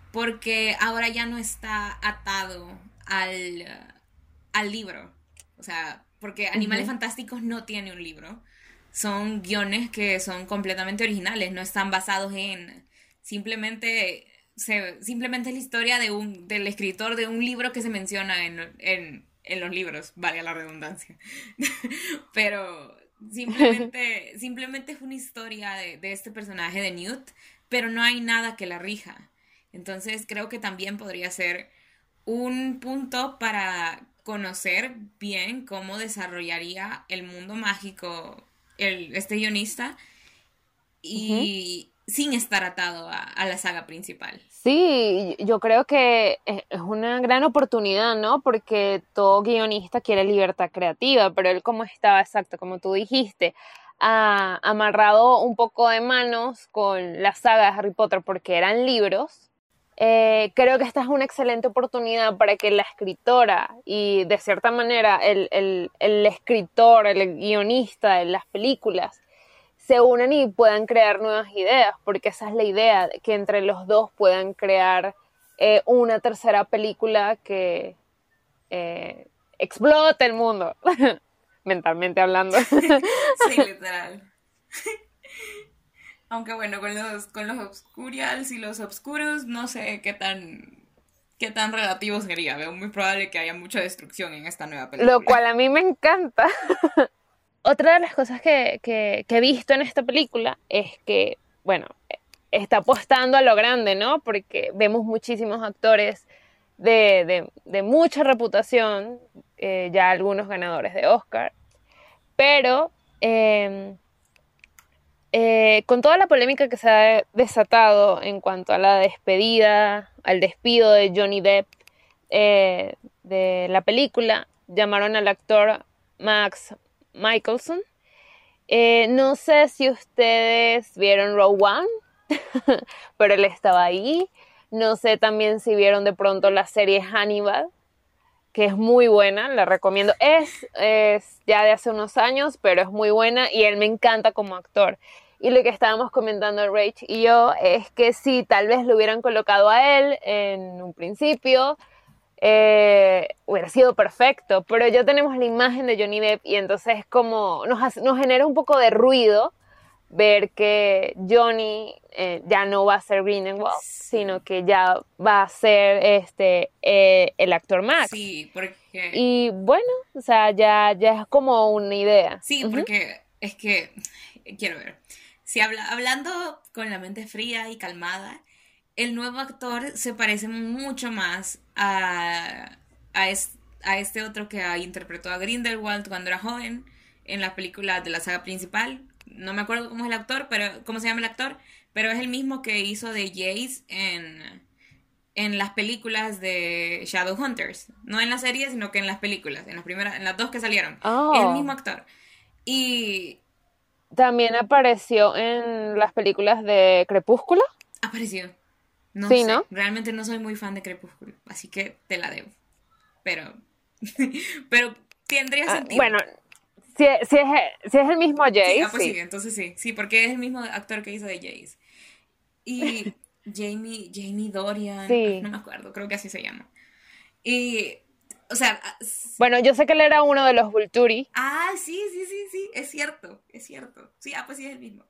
porque ahora ya no está atado al, al libro. O sea, porque Animales Ujú. Fantásticos no tiene un libro. Son guiones que son completamente originales, no están basados en simplemente se, simplemente es la historia de un, del escritor de un libro que se menciona en, en, en los libros, valga la redundancia. Pero simplemente, simplemente es una historia de, de este personaje de Newt, pero no hay nada que la rija. Entonces creo que también podría ser un punto para conocer bien cómo desarrollaría el mundo mágico el, este guionista Ujú. y sin estar atado a, a la saga principal. Sí, yo creo que es es una gran oportunidad, ¿no? Porque todo guionista quiere libertad creativa, pero él como estaba, exacto, como tú dijiste, ah, amarrado un poco de manos con la saga de Harry Potter porque eran libros, eh, creo que esta es una excelente oportunidad para que la escritora y de cierta manera el, el, el escritor, el guionista de las películas, se unen y puedan crear nuevas ideas, porque esa es la idea, que entre los dos puedan crear eh, una tercera película que eh, explote el mundo, mentalmente hablando. Sí, literal. Aunque bueno, con los, con los obscurials y los obscuros, no sé qué tan, qué tan relativo sería. Veo muy probable que haya mucha destrucción en esta nueva Lo película. cual a mí me encanta. Otra de las cosas que, que, que he visto en esta película es que, bueno, está apostando a lo grande, ¿no? Porque vemos muchísimos actores de, de, de mucha reputación, eh, ya algunos ganadores de Oscar, pero eh, eh, con toda la polémica que se ha desatado en cuanto a la despedida, al despido de Johnny Depp eh, de la película, llamaron al actor Max Mickelson. Eh, no sé si ustedes vieron Rogue One, pero él estaba ahí. No sé también si vieron de pronto la serie Hannibal, que es muy buena, la recomiendo. Es, es ya de hace unos años, pero es muy buena y él me encanta como actor. Y lo que estábamos comentando Rach y yo es que si tal vez lo hubieran colocado a él en un principio, eh, hubiera sido perfecto, pero ya tenemos la imagen de Johnny Depp y entonces como nos, hace- nos genera un poco de ruido ver que Johnny eh, ya no va a ser Grindelwald, sino Sí, que ya va a ser este eh, el actor Max. sí, porque Y bueno, o sea, ya, ya es como una idea. sí, Ujú. porque es que quiero ver. Si habla, hablando con la mente fría y calmada, el nuevo actor se parece mucho más a, a, es- a este otro que interpretó a Grindelwald cuando era joven en las películas de la saga principal. No me acuerdo cómo es el actor, pero cómo se llama el actor, pero es el mismo que hizo de Jace en, en las películas de Shadowhunters. No en la serie, sino que en las películas, en las primeras, en las dos que salieron. Es el mismo Oh, actor. Y también apareció en las películas de Crepúsculo. apareció. No Sí, ¿no? sé, realmente no soy muy fan de Crepúsculo, así que te la debo. Pero, pero tendría Ah, sentido. bueno, si, si, es, si es el mismo Sí, Jay, ah, pues sí, sí. entonces sí, sí, porque es el mismo actor que hizo de Jace. Y Jamie, Jamie Dorian, ah, no Sí. me acuerdo, creo que así se llama. Y, o sea, ah, s- Bueno, yo sé que él era uno de los Vulturi. ah, sí, sí, sí, sí, es cierto, es cierto. Sí, ah, pues sí es el mismo.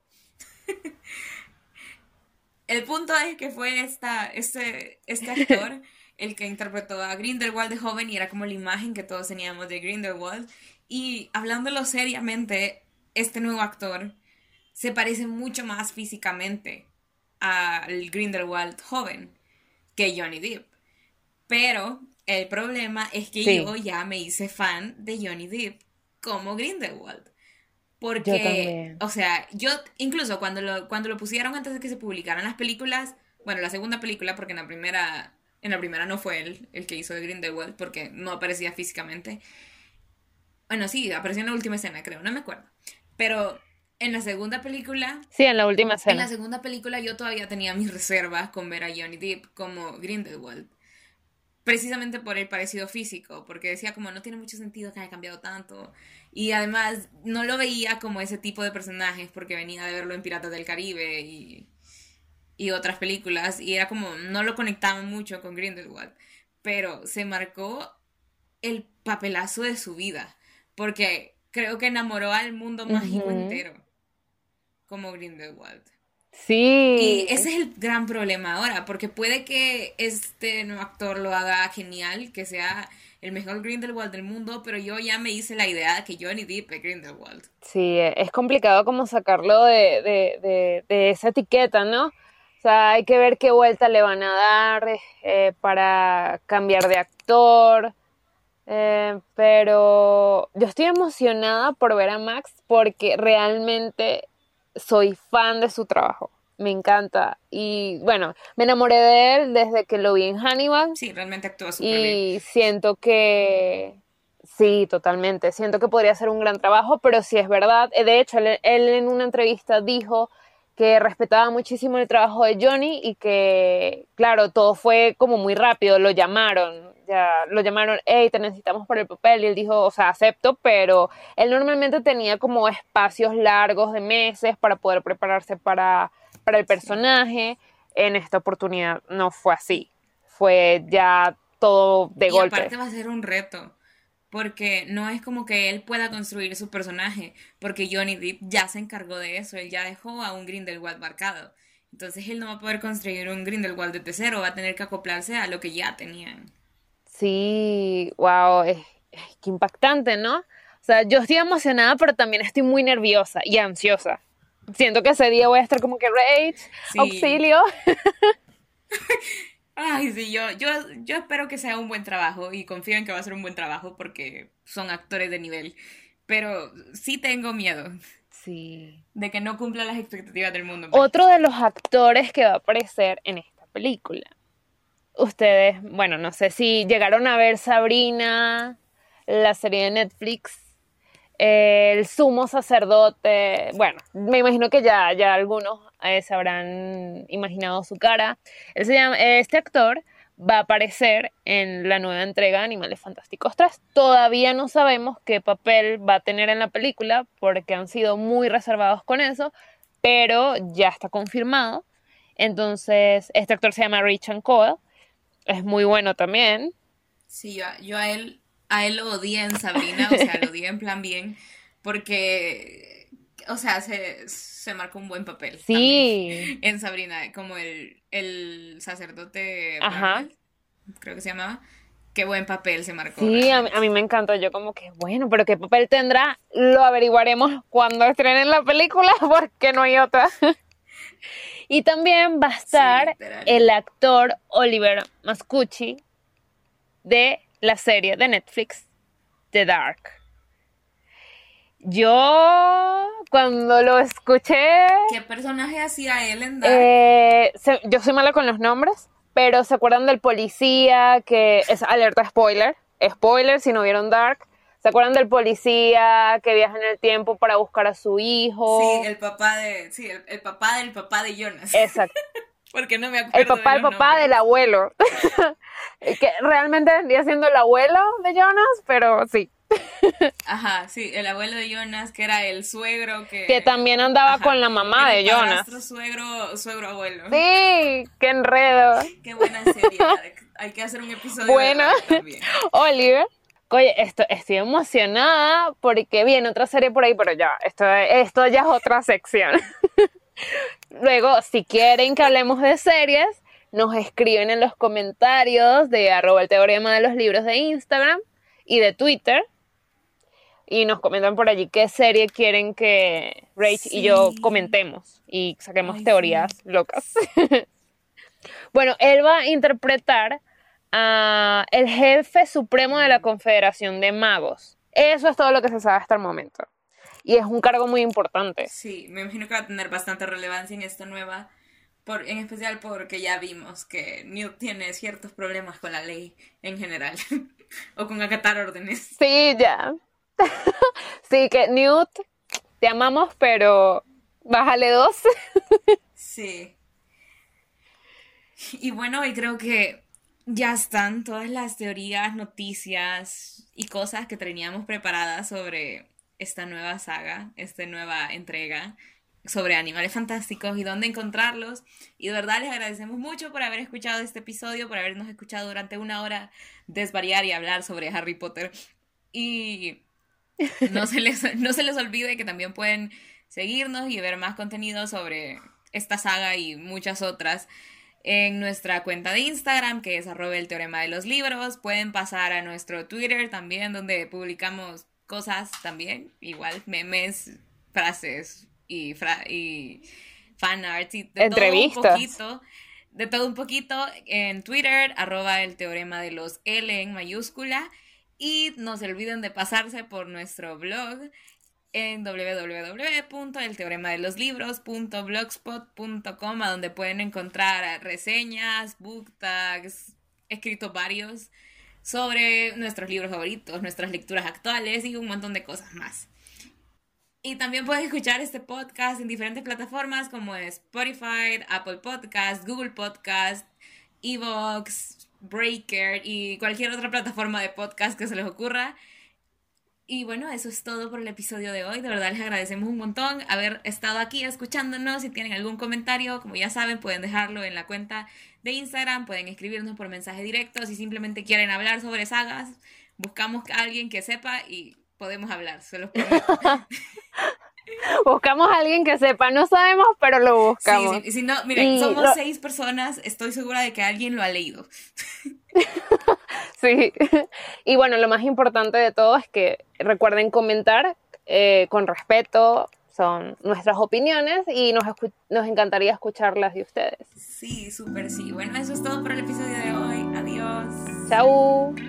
El punto es que fue esta, este, este actor el que interpretó a Grindelwald de joven y era como la imagen que todos teníamos de Grindelwald. Y hablándolo seriamente, este nuevo actor se parece mucho más físicamente al Grindelwald joven que Johnny Depp. Pero el problema es que yo Sí, ya me hice fan de Johnny Depp como Grindelwald. yo Porque, también. o sea, yo incluso cuando lo, cuando lo pusieron antes de que se publicaran las películas, bueno, la segunda película, porque en la primera, en la primera no fue él el que hizo de Grindelwald, porque no aparecía físicamente. Bueno, sí, apareció en la última escena, creo, no me acuerdo. Pero en la segunda película, Sí, en la última en la escena. segunda película yo todavía tenía mis reservas con ver a Johnny Depp como Grindelwald. Precisamente por el parecido físico, porque decía como no tiene mucho sentido que haya cambiado tanto. Y además no lo veía como ese tipo de personajes porque venía de verlo en Piratas del Caribe y, y otras películas, y era como, no lo conectaban mucho con Grindelwald, pero se marcó el papelazo de su vida, porque creo que enamoró al mundo mágico Ujú. entero, como Grindelwald. Y Sí, ese es el gran problema ahora, porque puede que este nuevo actor lo haga genial, que sea el mejor Grindelwald del mundo, pero yo ya me hice la idea de que Johnny Depp es Grindelwald. sí, e- es complicado como sacarlo de, de, de, de esa etiqueta, ¿no? O sea, hay que ver qué vuelta le van a dar eh, para cambiar de actor. Eh, pero yo estoy emocionada por ver a Max porque realmente soy fan de su trabajo. Me encanta. Y bueno, me enamoré de él desde que lo vi en Hannibal Sí, realmente actúa súper bien. y siento que sí, totalmente. Siento que podría ser un gran trabajo, pero sí es verdad. Eh, De hecho, él, él en una entrevista dijo que respetaba muchísimo el trabajo de Johnny y que, claro, todo fue como muy rápido. Lo llamaron, ya lo llamaron, hey, te necesitamos para el papel. Y él dijo, o sea, acepto, pero él normalmente tenía como espacios largos de meses para poder prepararse para, para el Sí. personaje. En esta oportunidad no fue así. Fue ya todo de Y golpe. aparte va a ser un reto, porque no es como que él pueda construir su personaje, porque Johnny Depp ya se encargó de eso, él ya dejó a un Grindelwald marcado. Entonces él no va a poder construir un Grindelwald desde cero, va a tener que acoplarse a lo que ya tenían. Sí, wow, es, es que impactante, ¿no? O sea, yo estoy emocionada, pero también estoy muy nerviosa y ansiosa. Siento que ese día voy a estar como que rage, Sí. auxilio. Ay, sí, yo, yo, yo espero que sea un buen trabajo y confío en que va a ser un buen trabajo porque son actores de nivel. Pero sí tengo miedo Sí. de que no cumpla las expectativas del mundo mágico. Otro de los actores que va a aparecer en esta película. Ustedes, bueno, no sé si llegaron a ver Sabrina, la serie de Netflix, eh, el sumo sacerdote. Bueno, me imagino que ya, ya algunos eh, se habrán imaginado su cara. Él se llama, este actor va a aparecer en la nueva entrega de Animales Fantásticos tres. Todavía no sabemos qué papel va a tener en la película porque han sido muy reservados con eso, pero ya está confirmado. Entonces, este actor se llama Richard Coyle, es muy bueno también. Sí, yo, yo a él, a él lo odié en Sabrina, o sea, lo odié en plan bien, porque, o sea, se, se marcó un buen papel también Sí, en Sabrina, como el, el sacerdote ajá. Bramwell, creo que se llamaba. Qué buen papel se marcó Sí, a, a realmente. mí me encantó. Yo como que, bueno, pero ¿qué papel tendrá? Lo averiguaremos cuando estrenen la película porque no hay otra. Y también va a Sí, estar literal. el actor Oliver Mascucci de la serie de Netflix The Dark. Yo cuando lo escuché, ¿Qué personaje hacía él en Dark? eh, se- yo soy mala con los nombres, pero ¿se acuerdan del policía que es alerta spoiler? Spoiler si no vieron Dark. ¿Se acuerdan del policía que viaja en el tiempo para buscar a su Sí, hijo? el papá de, sí, el, el papá del papá de Jonas. Exacto. Porque no me El acuerdo de papá, el los papá del nombres. abuelo. Que realmente vendría siendo el abuelo de Jonas, pero sí. Ajá, sí, el abuelo de Jonas, que era el suegro Que que, también andaba con ajá, la mamá era el de padrastro Jonas. suegro, suegro abuelo. Sí, qué enredo. Qué buena serie, Dark. Hay que hacer un episodio de Bueno, Dark también. Oliver. Oye, esto, estoy emocionada porque viene otra serie por ahí, pero ya, esto, esto ya es otra sección. Luego, si quieren que hablemos de series, nos escriben en los comentarios de arroba el teorema de los libros de Instagram y de Twitter. Y nos comentan por allí qué serie quieren que Rach y yo Sí. comentemos y saquemos Ay, teorías sí. locas. Bueno, él va a interpretar a el jefe supremo de la Mm, Confederación de Magos. Eso es todo lo que se sabe hasta el momento. Y es un cargo muy importante. sí, me imagino que va a tener bastante relevancia en esta nueva, por, en especial porque ya vimos que Newt tiene ciertos problemas con la ley en general, o con acatar órdenes. Sí, ya. Sí, que Newt, te amamos, pero bájale dos. Sí. Y bueno, y creo que ya están todas las teorías, noticias y cosas que teníamos preparadas sobre esta nueva saga, esta nueva entrega. sobre animales fantásticos y dónde encontrarlos. Y de verdad les agradecemos mucho por haber escuchado este episodio, por habernos escuchado durante una hora desvariar y hablar sobre Harry Potter. Y no se les, no se les olvide que también pueden seguirnos y ver más contenido sobre esta saga y muchas otras en nuestra cuenta de Instagram, que es arroba el teorema de los libros. Pueden pasar a nuestro Twitter también, donde publicamos cosas también, igual, memes, frases y, fra y fan arts y de Entrevistas. todo un poquito. De todo un poquito en Twitter, arroba el teorema de los L en mayúscula. Y no se olviden de pasarse por nuestro blog en doble u doble u doble u punto el teorema de los libros punto blogspot punto com, a donde pueden encontrar reseñas, book tags, escritos varios sobre nuestros libros favoritos, nuestras lecturas actuales y un montón de cosas más. Y también pueden escuchar este podcast en diferentes plataformas como Spotify, Apple Podcast, Google Podcast, Evox, Breaker y cualquier otra plataforma de podcast que se les ocurra. Y bueno, eso es todo por el episodio de hoy. De verdad les agradecemos un montón haber estado aquí escuchándonos. Si tienen algún comentario, como ya saben, pueden dejarlo en la cuenta de Instagram, pueden escribirnos por mensaje directo. Si simplemente quieren hablar sobre sagas, buscamos a alguien que sepa y podemos hablar, se los prometo. Buscamos a alguien que sepa, no sabemos, pero lo buscamos. Sí, sí, si no, miren, y somos lo... seis personas, estoy segura de que alguien lo ha leído. Sí, y bueno, lo más importante de todo es que recuerden comentar eh, con respeto, son nuestras opiniones y nos, nos encantaría escucharlas de ustedes. Sí, súper sí. Bueno, eso es todo por el episodio de hoy. Adiós. Chau.